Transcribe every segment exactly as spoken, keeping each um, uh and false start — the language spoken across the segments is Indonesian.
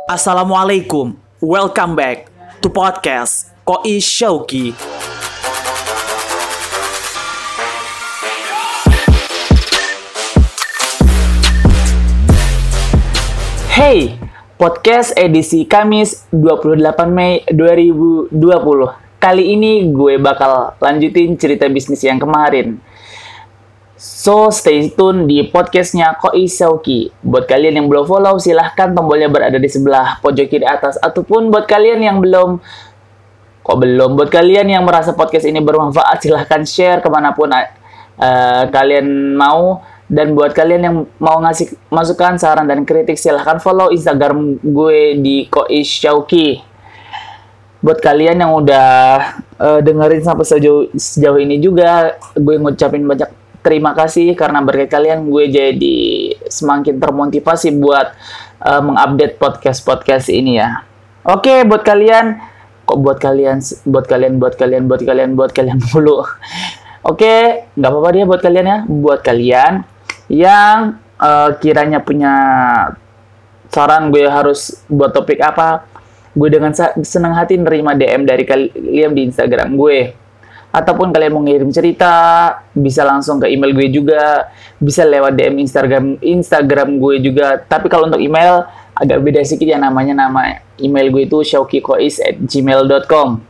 Assalamualaikum, welcome back to podcast Koi Shauki. Hey, podcast edisi Kamis dua puluh delapan Mei dua ribu dua puluh. Kali ini gue bakal lanjutin cerita bisnis yang kemarin. So, stay tune di podcastnya Koi Shauki. Buat kalian yang belum follow, silahkan tombolnya berada di sebelah pojok kiri atas. Ataupun buat kalian yang belum, kok belum, buat kalian yang merasa podcast ini bermanfaat, silahkan share kemanapun uh, kalian mau. Dan buat kalian yang mau ngasih masukan, saran, dan kritik, silahkan follow Instagram gue di Koi Shauki. Buat kalian yang udah uh, dengerin sampai sejauh, sejauh ini juga, gue ngucapin banyak terima kasih karena berkat kalian gue jadi semakin termotivasi buat uh, mengupdate podcast-podcast ini ya. Oke, buat kalian, kok buat kalian, buat kalian, buat kalian, buat kalian, buat kalian dulu. Oke, nggak apa-apa dia buat kalian ya. Buat kalian yang uh, kiranya punya saran gue harus buat topik apa, gue dengan senang hati nerima D M dari kalian di Instagram gue. Ataupun kalian mau ngirim cerita, bisa langsung ke email gue juga, bisa lewat D M Instagram Instagram gue juga. Tapi kalau untuk email agak beda sedikit ya, namanya nama email gue itu shaukikois at gmail dot com.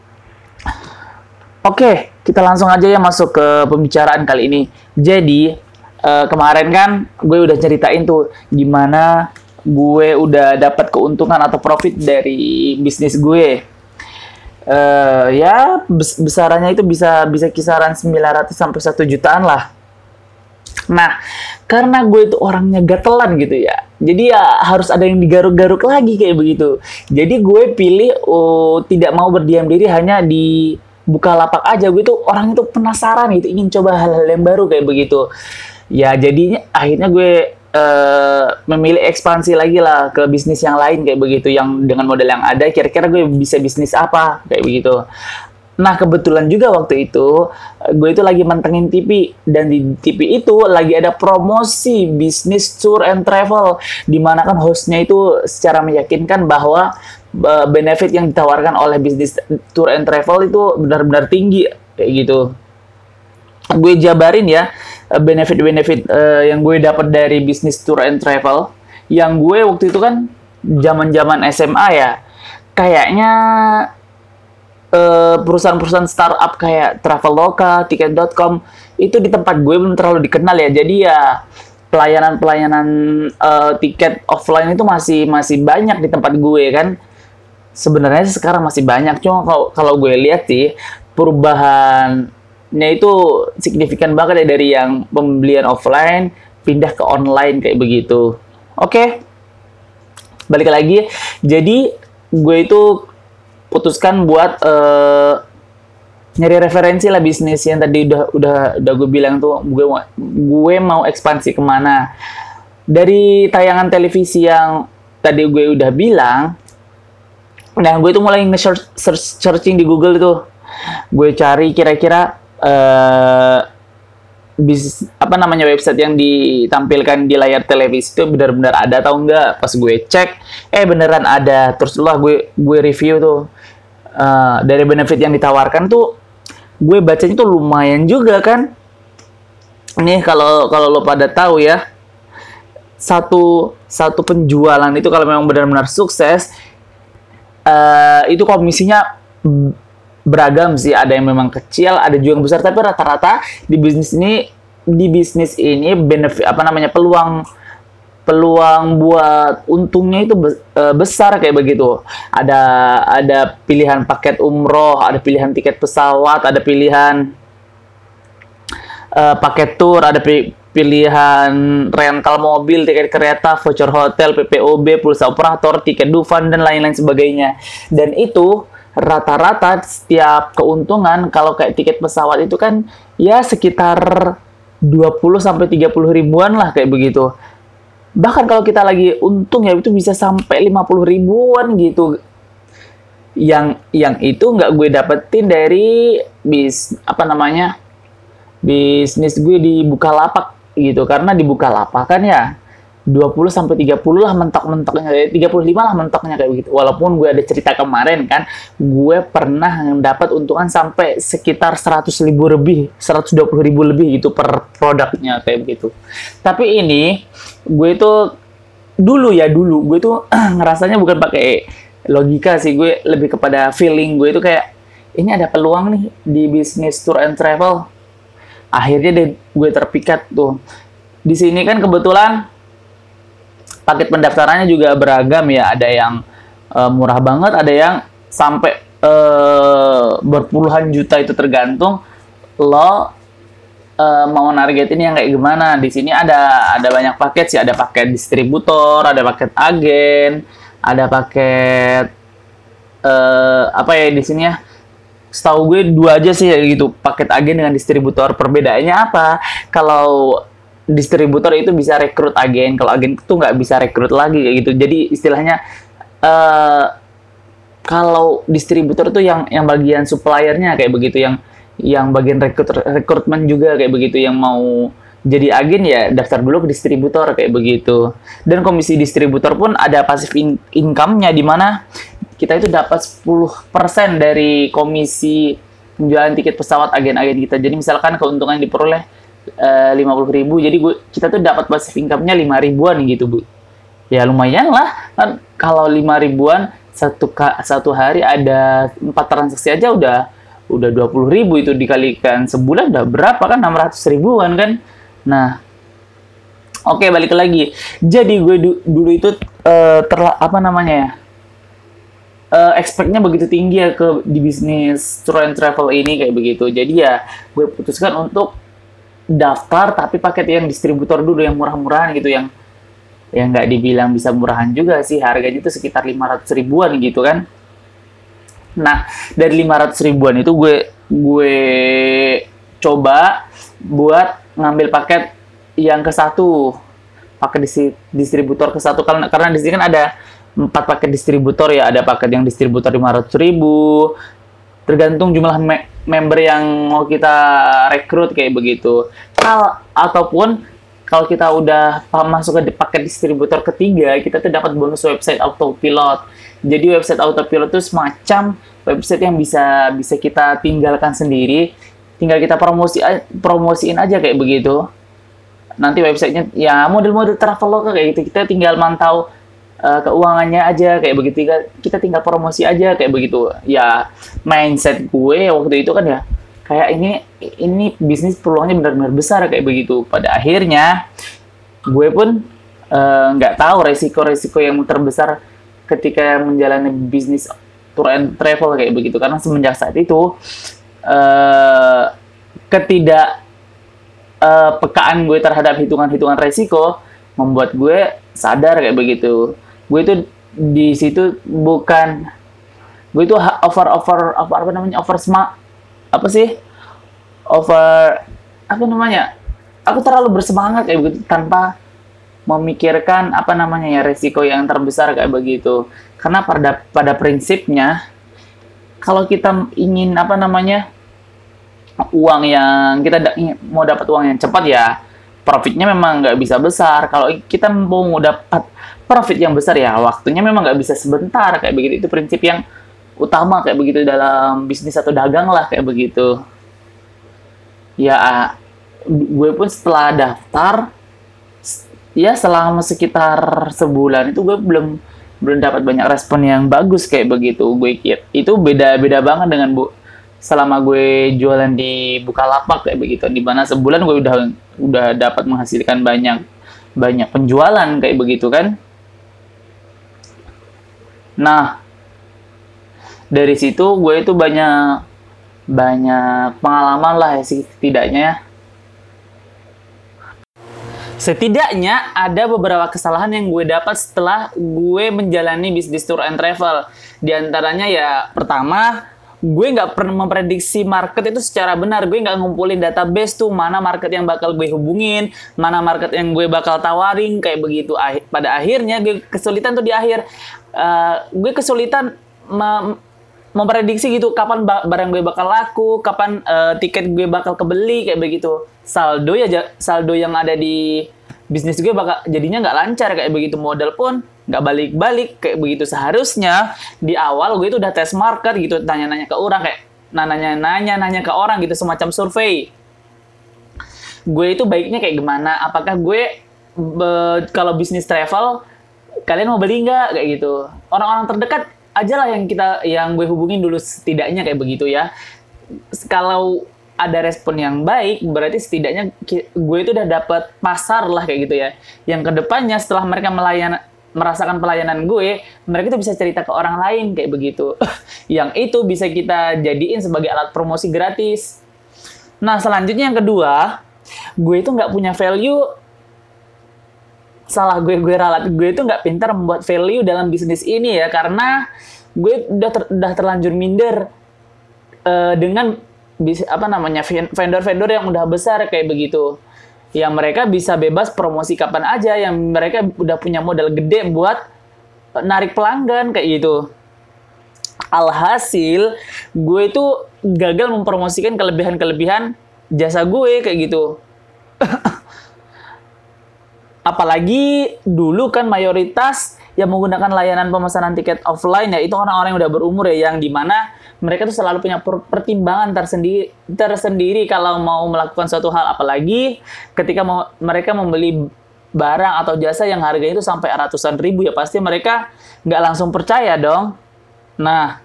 Oke, kita langsung aja ya masuk ke pembicaraan kali ini. Jadi uh, kemarin kan gue udah ceritain tuh gimana gue udah dapat keuntungan atau profit dari bisnis gue. Uh, ya bes- besarannya itu bisa bisa kisaran sembilan ratus sampai satu jutaan lah. Nah, karena gue itu orangnya gatelan gitu ya, jadi ya harus ada yang digaruk-garuk lagi kayak begitu. Jadi gue pilih oh, tidak mau berdiam diri hanya di Bukalapak aja. Gue tuh orang itu penasaran gitu, ingin coba hal-hal yang baru kayak begitu. Ya jadinya akhirnya gue Uh, memilih ekspansi lagi lah ke bisnis yang lain kayak begitu, yang dengan modal yang ada kira-kira gue bisa bisnis apa kayak begitu. Nah kebetulan juga waktu itu gue itu lagi mantengin T V, dan di T V itu lagi ada promosi bisnis tour and travel, dimana kan hostnya itu secara meyakinkan bahwa uh, benefit yang ditawarkan oleh bisnis tour and travel itu benar-benar tinggi kayak gitu. Gue jabarin ya benefit-benefit uh, yang gue dapat dari bisnis tour and travel. Yang gue waktu itu kan zaman-zaman S M A ya, kayaknya uh, perusahaan-perusahaan startup kayak Traveloka, tiket dot com itu di tempat gue belum terlalu dikenal ya. Jadi ya pelayanan-pelayanan uh, tiket offline itu masih masih banyak di tempat gue kan. Sebenarnya sekarang masih banyak, cuma kalau kalau gue lihat sih perubahan Nah itu signifikan banget ya, dari yang pembelian offline pindah ke online kayak begitu. Oke, balik lagi. Jadi gue itu putuskan buat uh, nyari referensi lah bisnis yang tadi udah udah udah gue bilang tuh gue gue mau ekspansi kemana. Dari tayangan televisi yang tadi gue udah bilang, nah gue itu mulai nge-search searching di Google itu. Gue cari kira-kira Uh, bis, apa namanya website yang ditampilkan di layar televisi itu benar-benar ada atau enggak. Pas gue cek, eh beneran ada. Terus lah gue gue review tuh uh, dari benefit yang ditawarkan tuh, gue bacanya tuh lumayan juga kan. Nih kalau kalau lo pada tahu ya, satu satu penjualan itu kalau memang benar-benar sukses, uh, itu komisinya beragam sih, ada yang memang kecil, ada juga yang besar, tapi rata-rata di bisnis ini di bisnis ini benefit apa namanya peluang peluang buat untungnya itu besar kayak begitu. Ada ada pilihan paket umroh, ada pilihan tiket pesawat, ada pilihan uh, paket tour, ada pilihan rental mobil, tiket kereta, voucher hotel, P P O B, pulsa operator, tiket Dufan, dan lain-lain sebagainya. Dan itu rata-rata setiap keuntungan kalau kayak tiket pesawat itu kan ya sekitar dua puluh sampai tiga puluh ribuan lah kayak begitu. Bahkan kalau kita lagi untung ya itu bisa sampai lima puluh ribuan gitu. Yang yang itu nggak gue dapetin dari bis apa namanya bisnis gue di Bukalapak gitu. Karena di Bukalapak kan ya dua puluh sampai tiga puluh lah mentok-mentoknya, tiga puluh lima lah mentoknya kayak begitu. Walaupun gue ada cerita kemarin kan, gue pernah dapat untungan sampai sekitar seratus ribu lebih, seratus dua puluh ribu lebih gitu per produknya kayak begitu. Tapi ini gue itu dulu ya dulu gue tuh ngerasanya bukan pakai logika sih, gue lebih kepada feeling. Gue itu kayak ini ada peluang nih di bisnis tour and travel. Akhirnya deh gue terpikat tuh. Di sini kan kebetulan paket pendaftarannya juga beragam ya, ada yang uh, murah banget, ada yang sampai uh, berpuluhan juta, itu tergantung lo uh, mau nargetin yang kayak gimana. Di sini ada ada banyak paket sih, ada paket distributor, ada paket agen, ada paket uh, apa ya di sini ya. Setahu gue dua aja sih gitu, paket agen dengan distributor. Perbedaannya apa? Kalau distributor itu bisa rekrut agen, kalau agen itu nggak bisa rekrut lagi kayak gitu. Jadi istilahnya uh, kalau distributor tuh yang yang bagian suppliernya kayak begitu, yang yang bagian rekrut rekrutmen juga kayak begitu. Yang mau jadi agen ya daftar dulu ke distributor kayak begitu. Dan komisi distributor pun ada passive in income-nya, di mana kita itu dapat sepuluh persen dari komisi penjualan tiket pesawat agen-agen kita. Jadi misalkan keuntungan diperoleh lima puluh ribu, jadi gue kita tuh dapat passive income-nya lima ribuan gitu Bu. Ya lumayan lah kan, kalau lima ribuan satu satu hari ada empat transaksi aja udah udah dua puluh ribu, itu dikalikan sebulan udah berapa kan, enam ratus ribuan kan. Nah, oke, balik lagi. Jadi gue du dulu itu uh, terla apa namanya ya? Uh, expect-nya begitu tinggi ya ke di bisnis tour and travel ini kayak begitu. Jadi ya gue putuskan untuk daftar tapi paket yang distributor dulu, yang murah-murahan gitu, yang yang nggak dibilang bisa murahan juga sih, harganya itu sekitar lima ratus ribuan gitu kan. Nah, dari lima ratus ribuan itu gue gue coba buat ngambil paket yang ke satu, paket distributor ke satu, karena karena di sini kan ada empat paket distributor ya, ada paket yang distributor lima ratus ribu, tergantung jumlah me member yang mau kita rekrut kayak begitu. Kal ataupun kalau kita udah masuk ke paket distributor ketiga, kita tuh dapat bonus website autopilot. Jadi website autopilot itu semacam website yang bisa bisa kita tinggalkan sendiri, tinggal kita promosi promosiin aja kayak begitu. Nanti websitenya ya model-model Traveloka kayak gitu, kita tinggal mantau Uh, keuangannya aja kayak begitu, kita tinggal promosi aja kayak begitu. Ya mindset gue waktu itu kan ya kayak ini ini bisnis peluangnya benar-benar besar kayak begitu. Pada akhirnya gue pun nggak uh, tahu resiko-resiko yang terbesar ketika menjalani bisnis tour and travel kayak begitu, karena semenjak saat itu uh, ketidak uh, pekaan gue terhadap hitungan-hitungan resiko membuat gue sadar kayak begitu. Gue itu di situ bukan gue itu over over over apa namanya over smart apa sih over apa namanya aku terlalu bersemangat kayak begitu tanpa memikirkan apa namanya ya resiko yang terbesar kayak begitu. Karena pada pada prinsipnya kalau kita ingin apa namanya uang yang kita da mau dapat uang yang cepat ya profitnya memang nggak bisa besar. Kalau kita mau dapat profit yang besar ya waktunya memang nggak bisa sebentar kayak begitu. Itu prinsip yang utama kayak begitu dalam bisnis atau dagang lah kayak begitu. Ya gue pun setelah daftar ya selama sekitar sebulan itu gue belum belum dapat banyak respon yang bagus kayak begitu. Gue kira itu beda-beda banget dengan bu selama gue jualan di Bukalapak kayak begitu, di mana sebulan gue udah udah dapat menghasilkan banyak banyak penjualan kayak begitu kan. Nah, dari situ gue itu banyak banyak pengalaman lah ya setidaknya. Setidaknya ada beberapa kesalahan yang gue dapat setelah gue menjalani bisnis tour and travel. Di antaranya ya pertama, gue nggak pernah memprediksi market itu secara benar. Gue nggak ngumpulin database tuh mana market yang bakal gue hubungin, mana market yang gue bakal tawarin kayak begitu. Pada akhirnya gue kesulitan tuh di akhir. Uh, gue kesulitan mem memprediksi gitu kapan barang gue bakal laku, kapan uh, tiket gue bakal kebeli kayak begitu. Saldo ya saldo yang ada di bisnis gue bakal jadinya nggak lancar kayak begitu, modal pun nggak balik-balik kayak begitu. Seharusnya di awal gue itu udah tes market gitu, tanya-nanya ke orang kayak nanya-nanya nanya ke orang gitu, semacam survei. Gue itu baiknya kayak gimana? Apakah gue be, kalau bisnis travel kalian mau beli nggak kayak gitu? Orang-orang terdekat aja lah yang kita yang gue hubungin dulu setidaknya kayak begitu ya. Kalau ada respon yang baik, berarti setidaknya gue itu udah dapat pasar lah kayak gitu ya. Yang kedepannya setelah mereka melayan, merasakan pelayanan gue, mereka itu bisa cerita ke orang lain kayak begitu. Yang itu bisa kita jadiin sebagai alat promosi gratis. Nah, selanjutnya yang kedua, gue itu nggak punya value. Salah gue, gue ralat. Gue itu nggak pintar membuat value dalam bisnis ini ya, karena gue udah, ter, udah terlanjur minder uh, dengan bis, apa namanya vendor-vendor yang udah besar kayak begitu. Yang mereka bisa bebas promosi kapan aja, yang mereka udah punya modal gede buat narik pelanggan kayak gitu. Alhasil, gue itu gagal mempromosikan kelebihan-kelebihan jasa gue kayak gitu. Apalagi dulu kan mayoritas yang menggunakan layanan pemesanan tiket offline ya itu orang-orang yang udah berumur ya, yang dimana mereka tuh selalu punya pertimbangan tersendiri tersendiri kalau mau melakukan suatu hal, apalagi ketika mau mereka membeli barang atau jasa yang harganya itu sampai ratusan ribu ya pasti mereka nggak langsung percaya dong. Nah,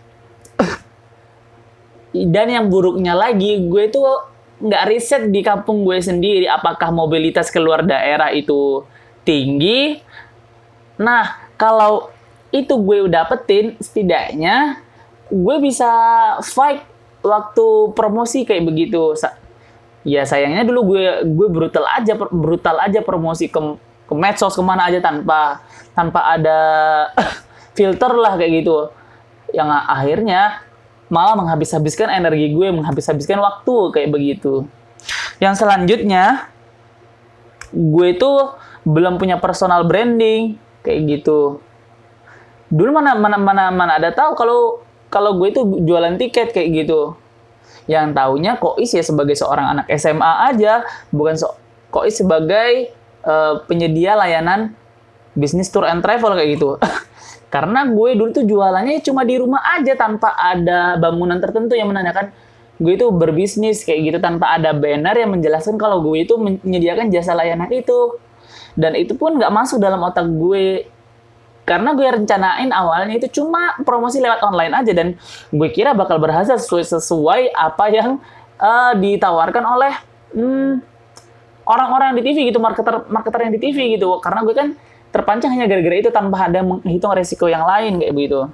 dan yang buruknya lagi, gue tuh nggak riset di kampung gue sendiri apakah mobilitas keluar daerah itu tinggi. Nah, kalau itu gue dapetin, setidaknya gue bisa fight waktu promosi kayak begitu. Ya sayangnya dulu gue gue brutal aja brutal aja promosi ke ke medsos kemana aja tanpa tanpa ada filter lah kayak gitu. Yang akhirnya malah menghabis-habiskan energi gue, menghabis-habiskan waktu kayak begitu. Yang selanjutnya, gue itu belum punya personal branding kayak gitu. Dulu mana mana mana mana ada tahu kalau kalau gue itu jualan tiket kayak gitu. Yang taunya Kois ya sebagai seorang anak S M A aja, bukan so Kois sebagai uh, penyedia layanan bisnis tour and travel kayak gitu. Karena gue dulu tuh jualannya cuma di rumah aja tanpa ada bangunan tertentu yang menandakan gue itu berbisnis kayak gitu, tanpa ada banner yang menjelaskan kalau gue itu menyediakan jasa layanan itu. Dan itu pun nggak masuk dalam otak gue. Karena gue rencanain awalnya itu cuma promosi lewat online aja, dan gue kira bakal berhasil sesuai, sesuai apa yang uh, ditawarkan oleh hmm, orang-orang di T V gitu, marketer marketer yang di T V gitu. Karena gue kan terpancing hanya gara-gara itu tanpa ada menghitung resiko yang lain kayak begitu.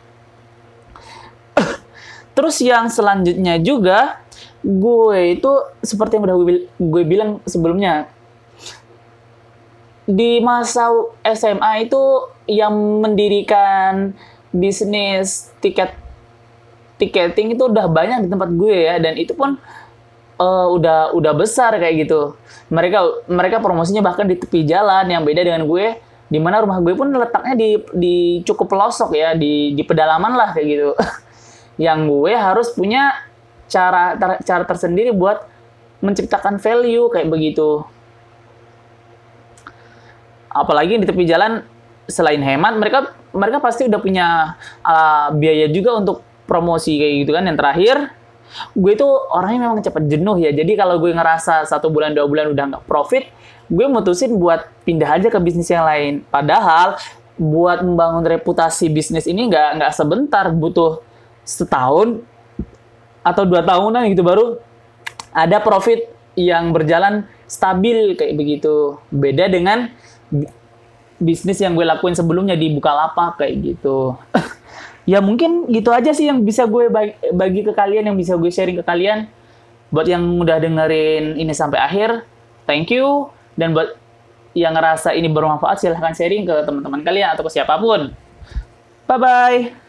Terus yang selanjutnya juga, gue itu seperti yang udah gue, gue bilang sebelumnya, di masa S M A itu yang mendirikan bisnis tiket tiketing itu udah banyak di tempat gue ya, dan itu pun uh, udah udah besar kayak gitu. Mereka mereka promosinya bahkan di tepi jalan, yang beda dengan gue, di mana rumah gue pun letaknya di di cukup pelosok ya, di di pedalaman lah kayak gitu. Yang gue harus punya cara ter, cara tersendiri buat menciptakan value kayak begitu. Apalagi di tepi jalan, selain hemat, mereka mereka pasti udah punya uh, biaya juga untuk promosi kayak gitu kan. Yang terakhir, gue itu orangnya memang cepat jenuh ya. Jadi kalau gue ngerasa satu bulan dua bulan udah nggak profit, gue mutusin buat pindah aja ke bisnis yang lain. Padahal buat membangun reputasi bisnis ini nggak nggak sebentar, butuh setahun atau dua tahunan gitu baru ada profit yang berjalan stabil kayak begitu. Beda dengan bisnis yang gue lakuin sebelumnya di Bukalapak kayak gitu. Ya mungkin gitu aja sih yang bisa gue bagi, bagi ke kalian, yang bisa gue sharing ke kalian. Buat yang udah dengerin ini sampai akhir, thank you. Dan buat yang ngerasa ini bermanfaat, silahkan sharing ke teman-teman kalian atau ke siapapun. Bye-bye.